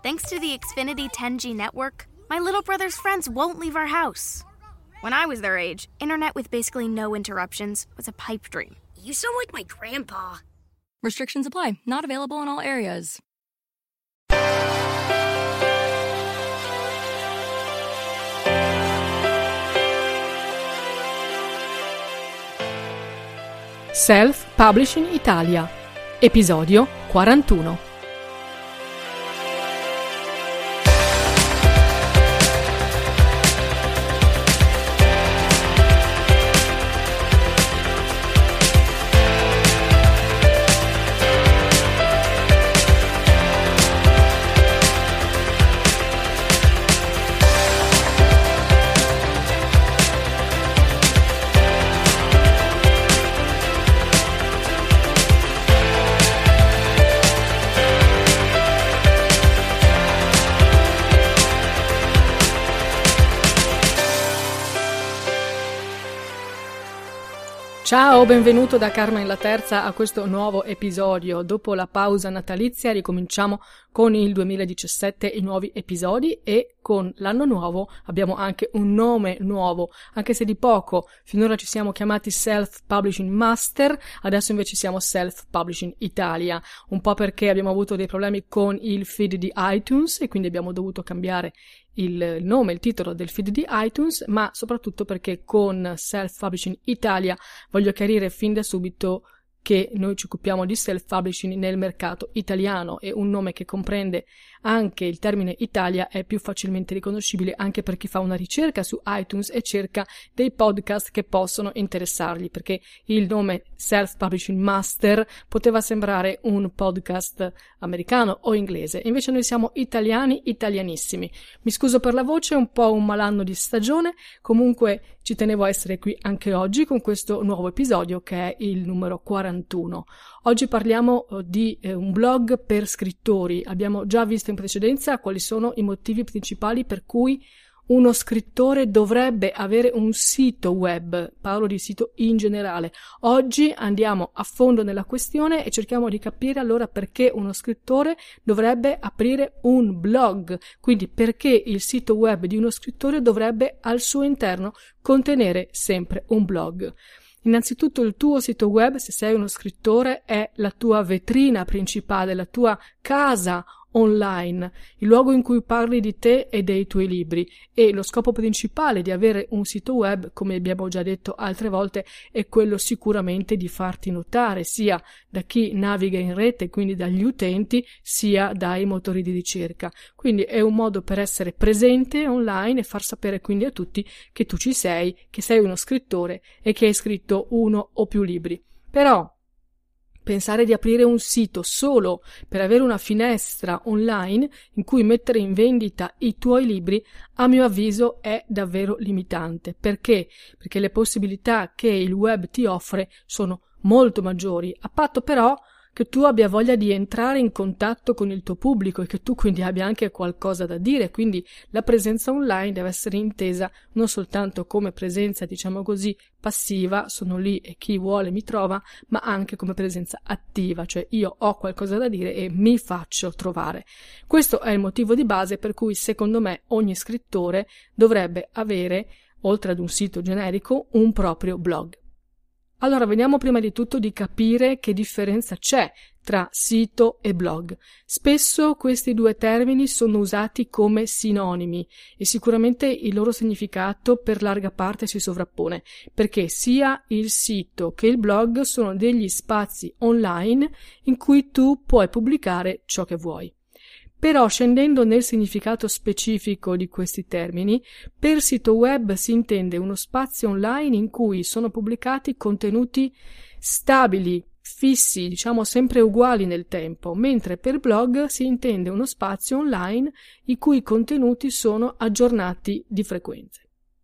Thanks to the Xfinity 10G network, my little brother's friends won't leave our house. When I was their age, internet with basically no interruptions was a pipe dream. You sound like my grandpa. Restrictions apply. Not available in all areas. Self-Publishing Italia, episodio 41. Ciao, benvenuto da Carmen la Terza a questo nuovo episodio. Dopo la pausa natalizia ricominciamo con il 2017 i nuovi episodi e con l'anno nuovo abbiamo anche un nome nuovo, anche se di poco. Finora ci siamo chiamati Self-Publishing Master, adesso invece siamo Self-Publishing Italia, un po' perché abbiamo avuto dei problemi con il feed di iTunes e quindi abbiamo dovuto cambiare il nome, il titolo del feed di iTunes, ma soprattutto perché con Self-Publishing Italia voglio chiarire fin da subito che noi ci occupiamo di self-publishing nel mercato italiano e un nome che comprende anche il termine Italia è più facilmente riconoscibile anche per chi fa una ricerca su iTunes e cerca dei podcast che possono interessargli, perché il nome Self-Publishing Master poteva sembrare un podcast americano o inglese, invece noi siamo italiani, italianissimi. Mi scuso per la voce, è un po' un malanno di stagione, comunque ci tenevo a essere qui anche oggi con questo nuovo episodio che è il numero 41. Oggi parliamo di un blog per scrittori. Abbiamo già visto in precedenza quali sono i motivi principali per cui uno scrittore dovrebbe avere un sito web. Parlo di sito in generale. Oggi andiamo a fondo nella questione e cerchiamo di capire allora perché uno scrittore dovrebbe aprire un blog. Quindi perché il sito web di uno scrittore dovrebbe al suo interno contenere sempre un blog. Innanzitutto il tuo sito web, se sei uno scrittore, è la tua vetrina principale, la tua casa online, il luogo in cui parli di te e dei tuoi libri, e lo scopo principale di avere un sito web, come abbiamo già detto altre volte, è quello sicuramente di farti notare sia da chi naviga in rete, quindi dagli utenti, sia dai motori di ricerca. Quindi è un modo per essere presente online e far sapere quindi a tutti che tu ci sei, che sei uno scrittore e che hai scritto uno o più libri. Però pensare di aprire un sito solo per avere una finestra online in cui mettere in vendita i tuoi libri, a mio avviso, è davvero limitante. Perché? Perché le possibilità che il web ti offre sono molto maggiori, a patto però che tu abbia voglia di entrare in contatto con il tuo pubblico e che tu quindi abbia anche qualcosa da dire. Quindi la presenza online deve essere intesa non soltanto come presenza, diciamo così, passiva, sono lì e chi vuole mi trova, ma anche come presenza attiva, cioè io ho qualcosa da dire e mi faccio trovare. Questo è il motivo di base per cui secondo me ogni scrittore dovrebbe avere, oltre ad un sito generico, un proprio blog. Allora, vediamo prima di tutto di capire che differenza c'è tra sito e blog. Spesso questi due termini sono usati come sinonimi e sicuramente il loro significato per larga parte si sovrappone, perché sia il sito che il blog sono degli spazi online in cui tu puoi pubblicare ciò che vuoi. Però scendendo nel significato specifico di questi termini, per sito web si intende uno spazio online in cui sono pubblicati contenuti stabili, fissi, diciamo sempre uguali nel tempo, mentre per blog si intende uno spazio online i cui contenuti sono aggiornati di frequenza.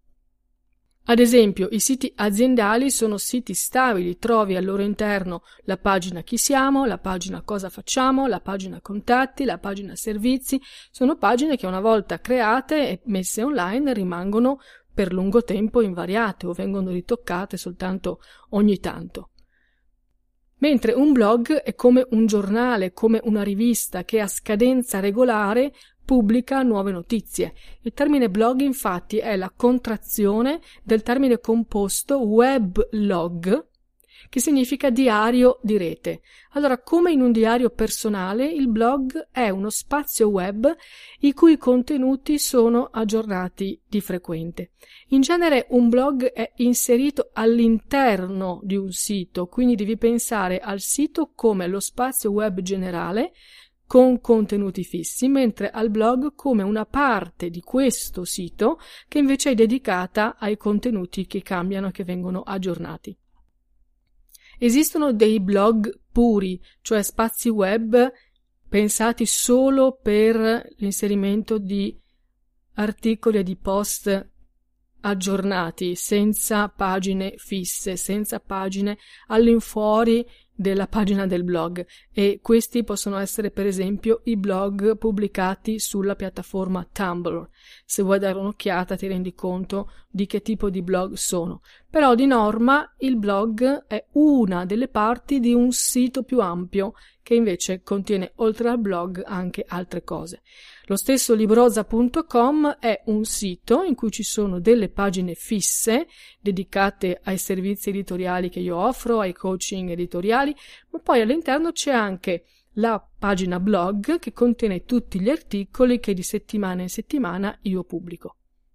Ad esempio, i siti aziendali sono siti stabili, trovi al loro interno la pagina chi siamo, la pagina cosa facciamo, la pagina contatti, la pagina servizi. Sono pagine che una volta create e messe online rimangono per lungo tempo invariate o vengono ritoccate soltanto ogni tanto. mentre un blog è come un giornale, come una rivista che a scadenza regolare pubblica nuove notizie. Il termine blog infatti è la contrazione del termine composto weblog, che significa diario di rete. Allora, come in un diario personale, il blog è uno spazio web i cui contenuti sono aggiornati di frequente. In genere un blog è inserito all'interno di un sito, quindi devi pensare al sito come lo spazio web generale con contenuti fissi, mentre al blog come una parte di questo sito che invece è dedicata ai contenuti che cambiano e che vengono aggiornati. Esistono dei blog puri, cioè spazi web pensati solo per l'inserimento di articoli e di post aggiornati, senza pagine fisse, senza pagine all'infuori della pagina del blog, e questi possono essere per esempio i blog pubblicati sulla piattaforma Tumblr. Se vuoi dare un'occhiata ti rendi conto di che tipo di blog sono. Però di norma il blog è una delle parti di un sito più ampio che invece contiene oltre al blog anche altre cose. Lo stesso Libroza.com è un sito in cui ci sono delle pagine fisse dedicate ai servizi editoriali che io offro, ai coaching editoriali, ma poi all'interno c'è anche la pagina blog che contiene tutti gli articoli che di settimana in settimana io pubblico.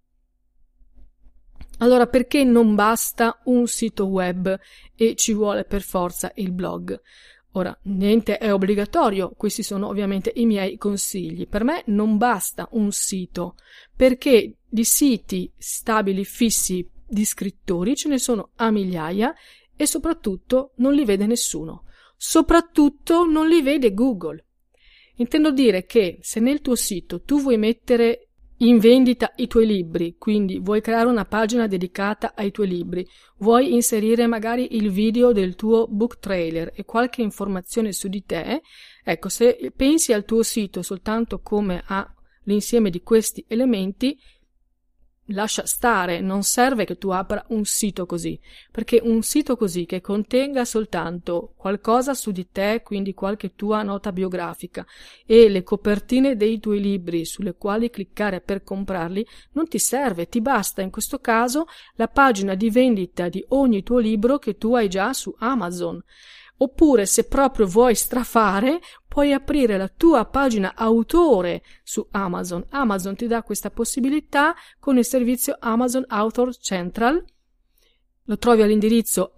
Allora, perché non basta un sito web e ci vuole per forza il blog? Ora, niente è obbligatorio, questi sono ovviamente i miei consigli. Per me non basta un sito, perché di siti stabili, fissi, di scrittori ce ne sono a migliaia e soprattutto non li vede nessuno. Soprattutto non li vede Google. Intendo dire che se nel tuo sito tu vuoi mettere in vendita i tuoi libri, quindi vuoi creare una pagina dedicata ai tuoi libri, vuoi inserire magari il video del tuo book trailer e qualche informazione su di te, ecco, se pensi al tuo sito soltanto come all'insieme di questi elementi, lascia stare, non serve che tu apra un sito così, perché un sito così che contenga soltanto qualcosa su di te, quindi qualche tua nota biografica e le copertine dei tuoi libri sulle quali cliccare per comprarli, non ti serve, ti basta in questo caso la pagina di vendita di ogni tuo libro che tu hai già su Amazon. Oppure, se proprio vuoi strafare, puoi aprire la tua pagina autore su Amazon. Amazon ti dà questa possibilità con il servizio Amazon Author Central. Lo trovi all'indirizzo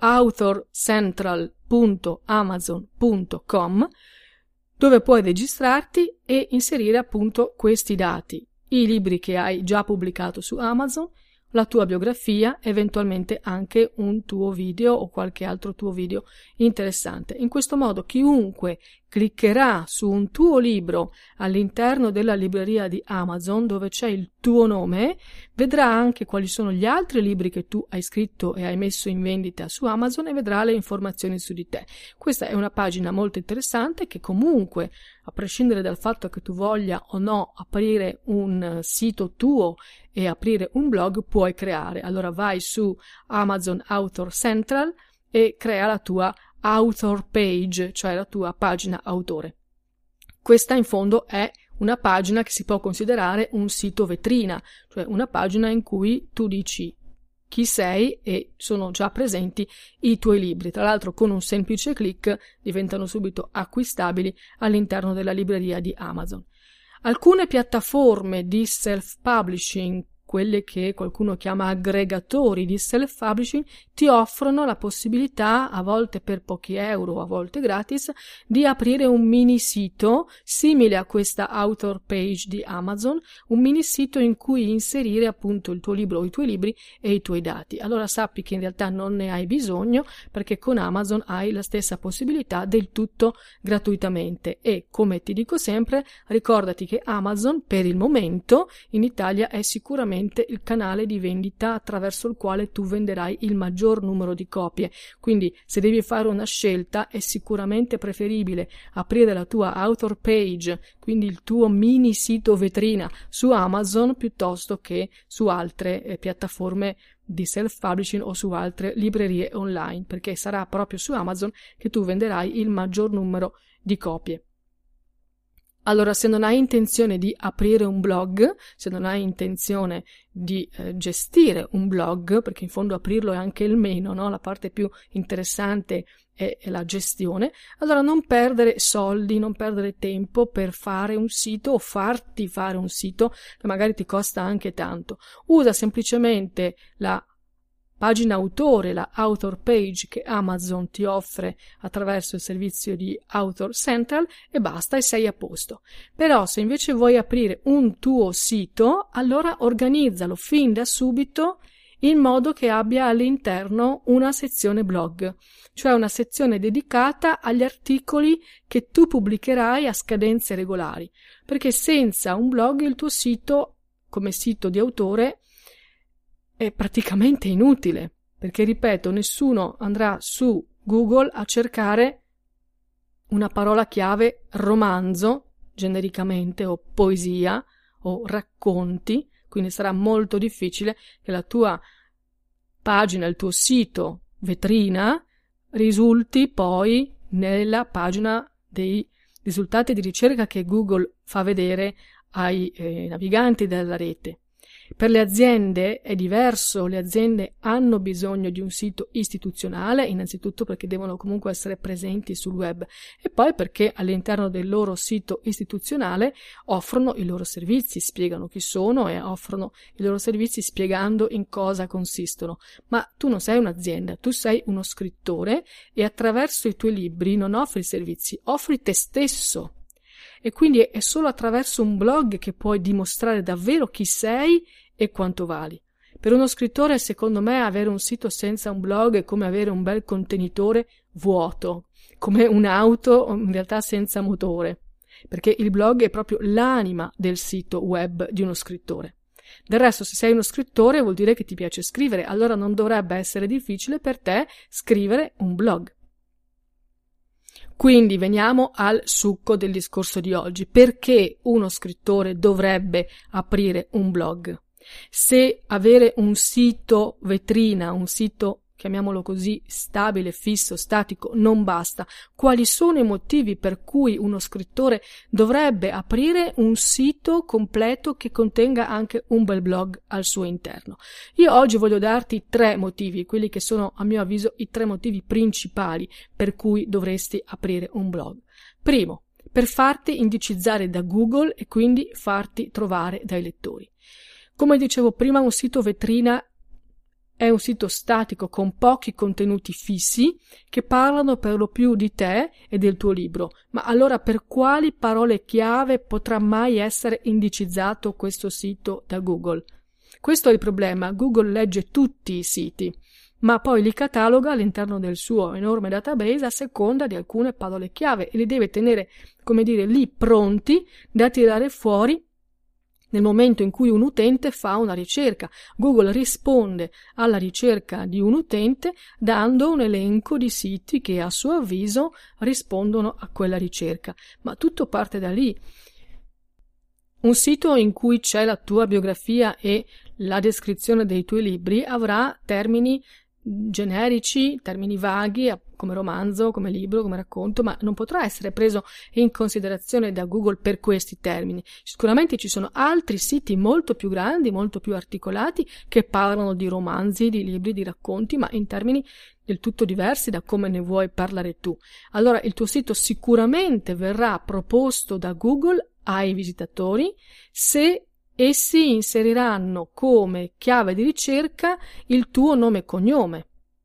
authorcentral.amazon.com, dove puoi registrarti e inserire appunto questi dati, i libri che hai già pubblicato su Amazon, la tua biografia, eventualmente anche un tuo video o qualche altro tuo video interessante. In questo modo chiunque cliccherà su un tuo libro all'interno della libreria di Amazon dove c'è il tuo nome, vedrà anche quali sono gli altri libri che tu hai scritto e hai messo in vendita su Amazon e vedrà le informazioni su di te. Questa è una pagina molto interessante che comunque, a prescindere dal fatto che tu voglia o no aprire un sito tuo e aprire un blog, puoi creare. Allora vai su Amazon Author Central e crea la tua author page, cioè la tua pagina autore. Questa in fondo è una pagina che si può considerare un sito vetrina, cioè una pagina in cui tu dici chi sei e sono già presenti i tuoi libri. Tra l'altro con un semplice click diventano subito acquistabili all'interno della libreria di Amazon. Alcune piattaforme di self-publishing, quelle che qualcuno chiama aggregatori di self-publishing, ti offrono la possibilità, a volte per pochi euro, a volte gratis, di aprire un mini sito simile a questa author page di Amazon, un mini sito in cui inserire appunto il tuo libro o i tuoi libri e i tuoi dati. Allora sappi che in realtà non ne hai bisogno, perché con Amazon hai la stessa possibilità del tutto gratuitamente e, come ti dico sempre, ricordati che Amazon per il momento in Italia è sicuramente semplicemente il canale di vendita attraverso il quale tu venderai il maggior numero di copie. Quindi se devi fare una scelta è sicuramente preferibile aprire la tua author page, quindi il tuo mini sito vetrina su Amazon, piuttosto che su altre piattaforme di self-publishing o su altre librerie online, perché sarà proprio su Amazon che tu venderai il maggior numero di copie. Allora, se non hai intenzione di aprire un blog, se non hai intenzione di gestire un blog, perché in fondo aprirlo è anche il meno, no? La parte più interessante è la gestione, allora non perdere soldi, non perdere tempo per fare un sito o farti fare un sito che magari ti costa anche tanto. Usa semplicemente la pagina autore, la author page che Amazon ti offre attraverso il servizio di Author Central e basta, e sei a posto. Però se invece vuoi aprire un tuo sito, allora organizzalo fin da subito in modo che abbia all'interno una sezione blog, cioè una sezione dedicata agli articoli che tu pubblicherai a scadenze regolari, perché senza un blog il tuo sito, come sito di autore, è praticamente inutile, perché, ripeto, nessuno andrà su Google a cercare una parola chiave romanzo, genericamente, o poesia, o racconti, quindi sarà molto difficile che la tua pagina, il tuo sito vetrina, risulti poi nella pagina dei risultati di ricerca che Google fa vedere ai naviganti della rete. Per le aziende è diverso, le aziende hanno bisogno di un sito istituzionale, innanzitutto perché devono comunque essere presenti sul web e poi perché all'interno del loro sito istituzionale offrono i loro servizi, spiegano chi sono e offrono i loro servizi spiegando in cosa consistono. Ma tu non sei un'azienda, tu sei uno scrittore e attraverso i tuoi libri non offri servizi, offri te stesso. E quindi è solo attraverso un blog che puoi dimostrare davvero chi sei e quanto vali. Per uno scrittore, secondo me, avere un sito senza un blog è come avere un bel contenitore vuoto, come un'auto in realtà senza motore, perché il blog è proprio l'anima del sito web di uno scrittore. Del resto, se sei uno scrittore vuol dire che ti piace scrivere, allora non dovrebbe essere difficile per te scrivere un blog. Quindi veniamo al succo del discorso di oggi. Perché uno scrittore dovrebbe aprire un blog? Se avere un sito vetrina, un sito, chiamiamolo così, stabile, fisso, statico, non basta, quali sono i motivi per cui uno scrittore dovrebbe aprire un sito completo che contenga anche un bel blog al suo interno? Io oggi voglio darti 3 motivi, quelli che sono, a mio avviso, i 3 motivi principali per cui dovresti aprire un blog. Primo, per farti indicizzare da Google e quindi farti trovare dai lettori. Come dicevo prima, un sito vetrina è un sito statico con pochi contenuti fissi che parlano per lo più di te e del tuo libro. Ma allora per quali parole chiave potrà mai essere indicizzato questo sito da Google? Questo è il problema. Google legge tutti i siti, ma poi li cataloga all'interno del suo enorme database a seconda di alcune parole chiave e li deve tenere, come dire, lì pronti da tirare fuori nel momento in cui un utente fa una ricerca. Google risponde alla ricerca di un utente dando un elenco di siti che a suo avviso rispondono a quella ricerca. Ma tutto parte da lì. Un sito in cui c'è la tua biografia e la descrizione dei tuoi libri avrà termini generici, termini vaghi, come romanzo, come libro, come racconto, ma non potrà essere preso in considerazione da Google per questi termini. Sicuramente ci sono altri siti molto più grandi, molto più articolati, che parlano di romanzi, di libri, di racconti, ma in termini del tutto diversi da come ne vuoi parlare tu. Allora il tuo sito sicuramente verrà proposto da Google ai visitatori se essi inseriranno come chiave di ricerca il tuo nome e cognome.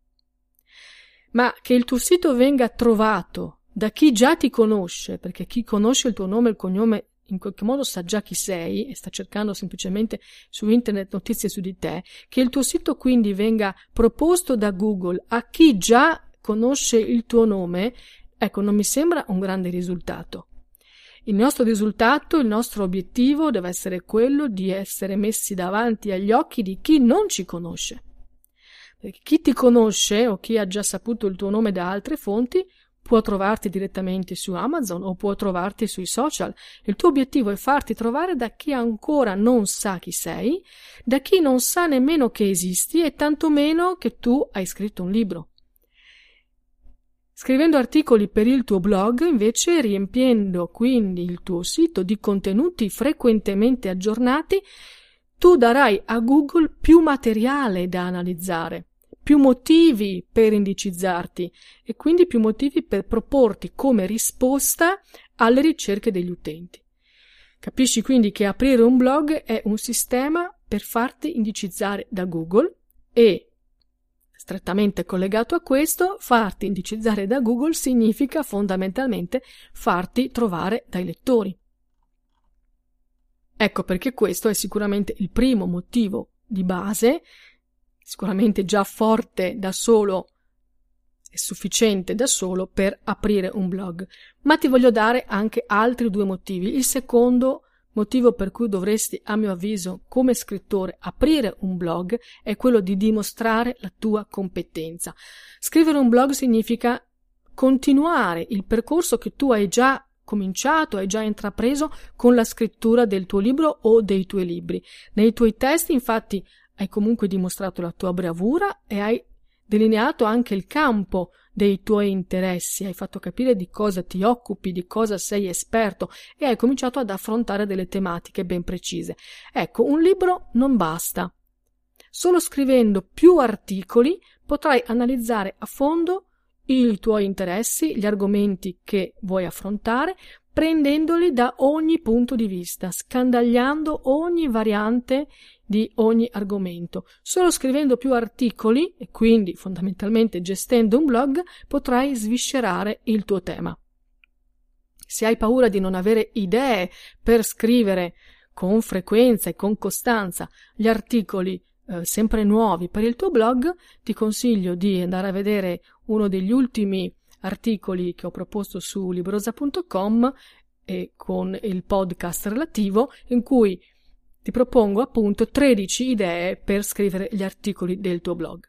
Ma che il tuo sito venga trovato da chi già ti conosce, perché chi conosce il tuo nome e il cognome in qualche modo sa già chi sei e sta cercando semplicemente su internet notizie su di te, che il tuo sito quindi venga proposto da Google a chi già conosce il tuo nome, ecco, non mi sembra un grande risultato. Il nostro risultato, il nostro obiettivo deve essere quello di essere messi davanti agli occhi di chi non ci conosce. Perché chi ti conosce o chi ha già saputo il tuo nome da altre fonti può trovarti direttamente su Amazon o può trovarti sui social. Il tuo obiettivo è farti trovare da chi ancora non sa chi sei, da chi non sa nemmeno che esisti e tantomeno che tu hai scritto un libro. Scrivendo articoli per il tuo blog, invece, riempiendo quindi il tuo sito di contenuti frequentemente aggiornati, tu darai a Google più materiale da analizzare, più motivi per indicizzarti e quindi più motivi per proporti come risposta alle ricerche degli utenti. Capisci quindi che aprire un blog è un sistema per farti indicizzare da Google e, strettamente collegato a questo, farti indicizzare da Google significa fondamentalmente farti trovare dai lettori. Ecco perché questo è sicuramente il primo motivo di base, sicuramente già forte da solo e sufficiente da solo per aprire un blog. Ma ti voglio dare anche altri 2 motivi. Il secondo motivo per cui dovresti, a mio avviso, come scrittore, aprire un blog è quello di dimostrare la tua competenza. Scrivere un blog significa continuare il percorso che tu hai già cominciato, hai già intrapreso con la scrittura del tuo libro o dei tuoi libri. Nei tuoi testi, infatti, hai comunque dimostrato la tua bravura e hai delineato anche il campo dei tuoi interessi, hai fatto capire di cosa ti occupi, di cosa sei esperto e hai cominciato ad affrontare delle tematiche ben precise. Ecco, un libro non basta. Solo scrivendo più articoli potrai analizzare a fondo i tuoi interessi, gli argomenti che vuoi affrontare, prendendoli da ogni punto di vista, scandagliando ogni variante di ogni argomento. Solo scrivendo più articoli e quindi fondamentalmente gestendo un blog potrai sviscerare il tuo tema. Se hai paura di non avere idee per scrivere con frequenza e con costanza gli articoli sempre nuovi per il tuo blog, ti consiglio di andare a vedere uno degli ultimi articoli che ho proposto su Librosa.com e con il podcast relativo, in cui ti propongo appunto 13 idee per scrivere gli articoli del tuo blog.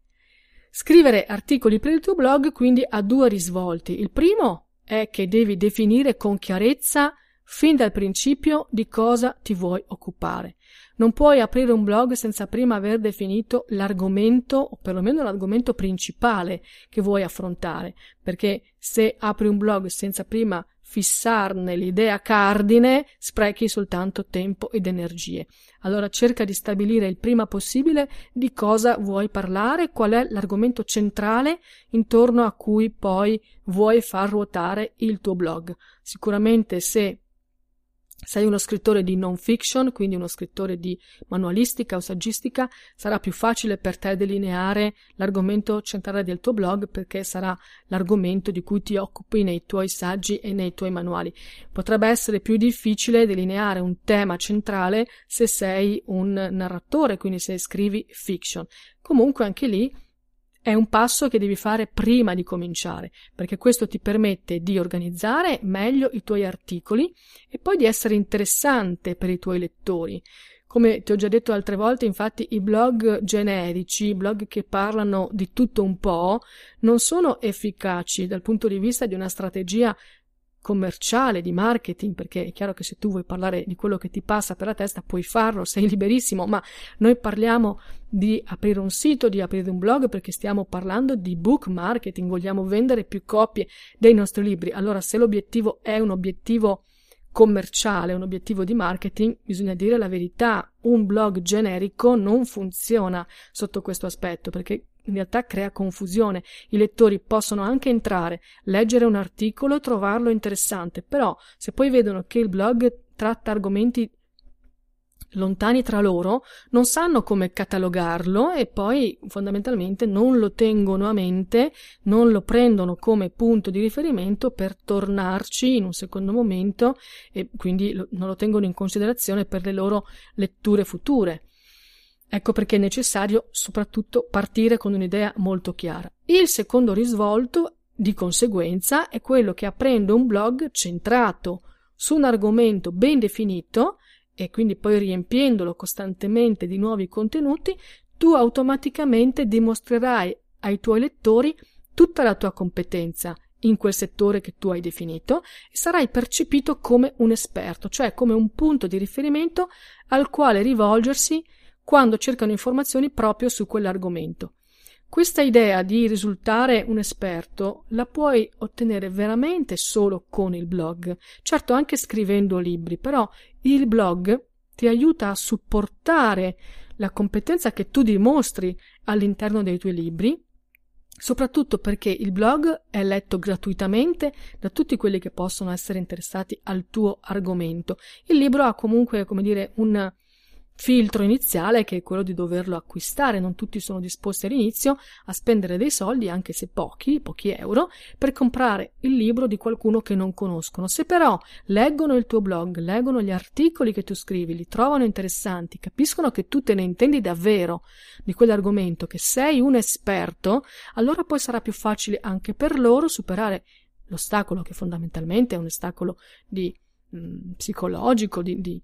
Scrivere articoli per il tuo blog quindi ha 2 risvolti. Il primo è che devi definire con chiarezza fin dal principio di cosa ti vuoi occupare. Non puoi aprire un blog senza prima aver definito l'argomento, o perlomeno l'argomento principale che vuoi affrontare, perché se apri un blog senza prima fissarne l'idea cardine, sprechi soltanto tempo ed energie. Allora cerca di stabilire il prima possibile di cosa vuoi parlare, qual è l'argomento centrale intorno a cui poi vuoi far ruotare il tuo blog. Sicuramente se sei uno scrittore di non fiction, quindi uno scrittore di manualistica o saggistica, sarà più facile per te delineare l'argomento centrale del tuo blog, perché sarà l'argomento di cui ti occupi nei tuoi saggi e nei tuoi manuali. Potrebbe essere più difficile delineare un tema centrale se sei un narratore, quindi se scrivi fiction. Comunque anche lì è un passo che devi fare prima di cominciare, perché questo ti permette di organizzare meglio i tuoi articoli e poi di essere interessante per i tuoi lettori. Come ti ho già detto altre volte, infatti, i blog generici, i blog che parlano di tutto un po', non sono efficaci dal punto di vista di una strategia commerciale, di marketing, perché è chiaro che se tu vuoi parlare di quello che ti passa per la testa puoi farlo, sei liberissimo, ma noi parliamo di aprire un sito, di aprire un blog, perché stiamo parlando di book marketing, vogliamo vendere più copie dei nostri libri. Allora, se l'obiettivo è un obiettivo commerciale, un obiettivo di marketing, bisogna dire la verità, un blog generico non funziona sotto questo aspetto, perché in realtà crea confusione. I lettori possono anche entrare, leggere un articolo e trovarlo interessante, però se poi vedono che il blog tratta argomenti lontani tra loro, non sanno come catalogarlo e poi fondamentalmente non lo tengono a mente, non lo prendono come punto di riferimento per tornarci in un secondo momento e quindi non lo tengono in considerazione per le loro letture future. Ecco perché è necessario soprattutto partire con un'idea molto chiara. Il secondo risvolto, di conseguenza, è quello che aprendo un blog centrato, su un argomento ben definito e quindi poi riempiendolo costantemente di nuovi contenuti, tu automaticamente dimostrerai ai tuoi lettori tutta la tua competenza in quel settore che tu hai definito e sarai percepito come un esperto, cioè come un punto di riferimento al quale rivolgersi quando cercano informazioni proprio su quell'argomento. Questa idea di risultare un esperto la puoi ottenere veramente solo con il blog, certo anche scrivendo libri, però il blog ti aiuta a supportare la competenza che tu dimostri all'interno dei tuoi libri, soprattutto perché il blog è letto gratuitamente da tutti quelli che possono essere interessati al tuo argomento. Il libro ha comunque, come dire, un filtro iniziale che è quello di doverlo acquistare. Non tutti sono disposti all'inizio a spendere dei soldi, anche se pochi euro, per comprare il libro di qualcuno che non conoscono. Se però leggono il tuo blog, leggono gli articoli che tu scrivi, li trovano interessanti, capiscono che tu te ne intendi davvero di quell'argomento, che sei un esperto, allora poi sarà più facile anche per loro superare l'ostacolo, che fondamentalmente è un ostacolo psicologico, di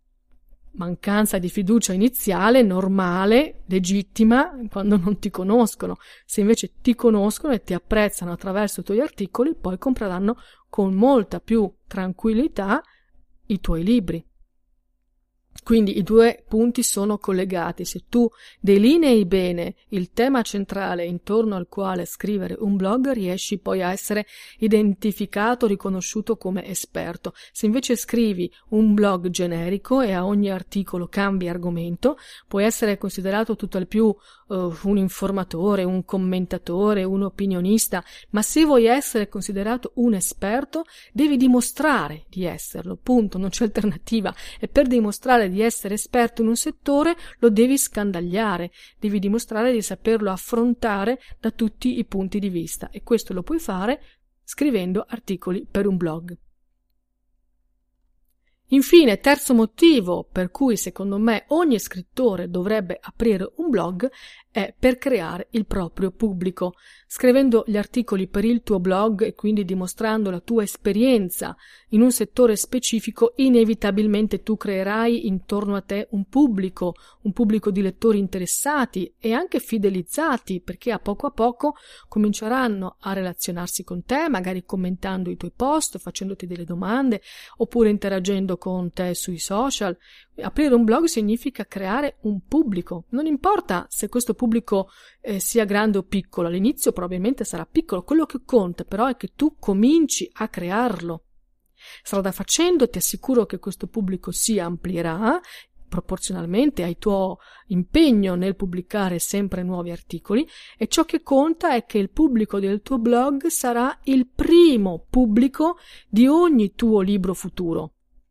mancanza di fiducia iniziale, normale, legittima, quando non ti conoscono. Se invece ti conoscono e ti apprezzano attraverso i tuoi articoli, poi compreranno con molta più tranquillità i tuoi libri. Quindi i due punti sono collegati. Se tu delinei bene il tema centrale intorno al quale scrivere un blog, riesci poi a essere identificato, riconosciuto come esperto. Se invece scrivi un blog generico e a ogni articolo cambi argomento, puoi essere considerato tutt'al più un informatore, un commentatore, un opinionista, ma se vuoi essere considerato un esperto, devi dimostrare di esserlo, punto, non c'è alternativa. E per dimostrare di essere esperto in un settore lo devi scandagliare, devi dimostrare di saperlo affrontare da tutti i punti di vista, e questo lo puoi fare scrivendo articoli per un blog. Infine, terzo motivo per cui secondo me ogni scrittore dovrebbe aprire un blog è per creare il proprio pubblico. Scrivendo gli articoli per il tuo blog e quindi dimostrando la tua esperienza in un settore specifico, inevitabilmente tu creerai intorno a te un pubblico di lettori interessati e anche fidelizzati, perché a poco cominceranno a relazionarsi con te, magari commentando i tuoi post, facendoti delle domande oppure interagendo con te sui social. Aprire un blog significa creare un pubblico. Non importa se questo pubblico sia grande o piccolo, all'inizio probabilmente sarà piccolo, quello che conta però è che tu cominci a crearlo. Strada facendo ti assicuro che questo pubblico si amplierà proporzionalmente al tuo impegno nel pubblicare sempre nuovi articoli, e ciò che conta è che il pubblico del tuo blog sarà il primo pubblico di ogni tuo libro futuro.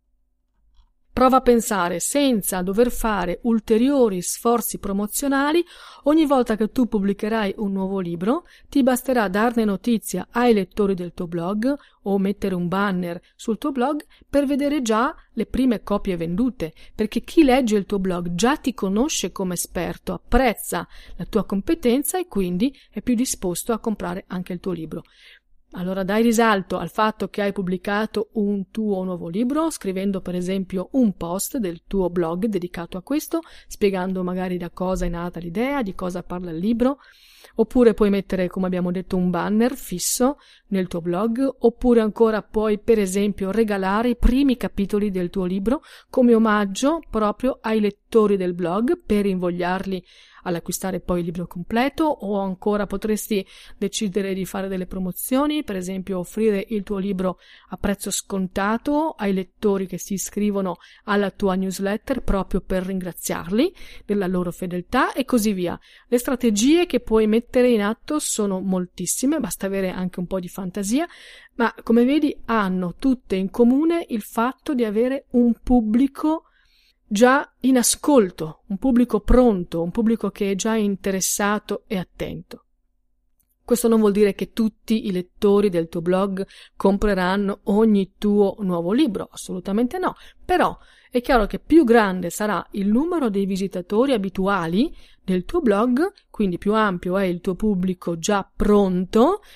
Prova a pensare, senza dover fare ulteriori sforzi promozionali, ogni volta che tu pubblicherai un nuovo libro, ti basterà darne notizia ai lettori del tuo blog o mettere un banner sul tuo blog per vedere già le prime copie vendute, perché chi legge il tuo blog già ti conosce come esperto, apprezza la tua competenza e quindi è più disposto a comprare anche il tuo libro. Allora dai risalto al fatto che hai pubblicato un tuo nuovo libro, scrivendo per esempio un post del tuo blog dedicato a questo, spiegando magari da cosa è nata l'idea, di cosa parla il libro, oppure puoi mettere, come abbiamo detto, un banner fisso nel tuo blog, oppure ancora puoi per esempio regalare i primi capitoli del tuo libro come omaggio proprio ai lettori del blog per invogliarli all'acquistare poi il libro completo, o ancora potresti decidere di fare delle promozioni, per esempio offrire il tuo libro a prezzo scontato ai lettori che si iscrivono alla tua newsletter proprio per ringraziarli della loro fedeltà e così via. Le strategie che puoi mettere in atto sono moltissime, basta avere anche un po' di fantasia, ma come vedi hanno tutte in comune il fatto di avere un pubblico già in ascolto, un pubblico pronto, un pubblico che è già interessato e attento. Questo non vuol dire che tutti i lettori del tuo blog compreranno ogni tuo nuovo libro, assolutamente no, però è chiaro che più grande sarà il numero dei visitatori abituali del tuo blog, quindi più ampio è il tuo pubblico già pronto,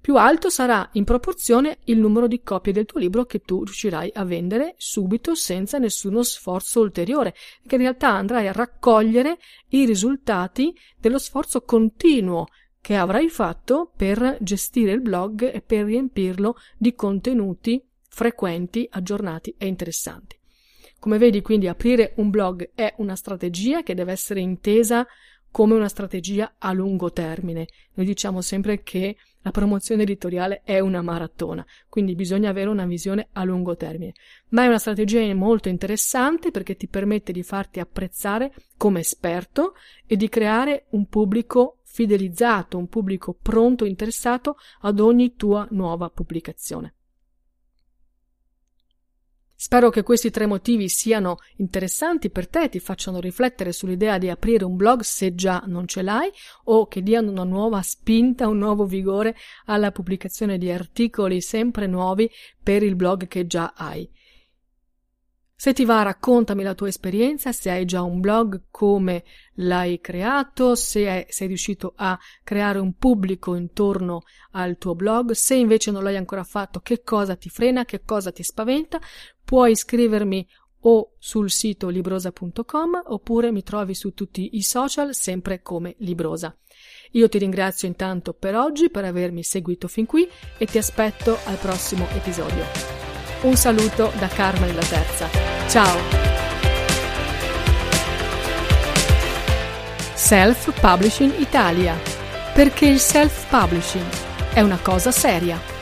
più alto sarà in proporzione il numero di copie del tuo libro che tu riuscirai a vendere subito senza nessuno sforzo ulteriore, che in realtà andrai a raccogliere i risultati dello sforzo continuo che avrai fatto per gestire il blog e per riempirlo di contenuti frequenti, aggiornati e interessanti. Come vedi, quindi, aprire un blog è una strategia che deve essere intesa come una strategia a lungo termine. Noi diciamo sempre che la promozione editoriale è una maratona, quindi bisogna avere una visione a lungo termine. Ma è una strategia molto interessante perché ti permette di farti apprezzare come esperto e di creare un pubblico fidelizzato, un pubblico pronto, interessato ad ogni tua nuova pubblicazione. Spero che questi 3 motivi siano interessanti per te, ti facciano riflettere sull'idea di aprire un blog se già non ce l'hai, o che diano una nuova spinta, un nuovo vigore alla pubblicazione di articoli sempre nuovi per il blog che già hai. Se ti va, raccontami la tua esperienza, se hai già un blog, come l'hai creato, se sei riuscito a creare un pubblico intorno al tuo blog, se invece non l'hai ancora fatto, che cosa ti frena, che cosa ti spaventa. Puoi scrivermi o sul sito librosa.com oppure mi trovi su tutti i social sempre come Librosa. Io ti ringrazio intanto per oggi, per avermi seguito fin qui e ti aspetto al prossimo episodio. Un saluto da Carmen la Terza. Ciao! Self Publishing Italia. Perché il self-publishing è una cosa seria.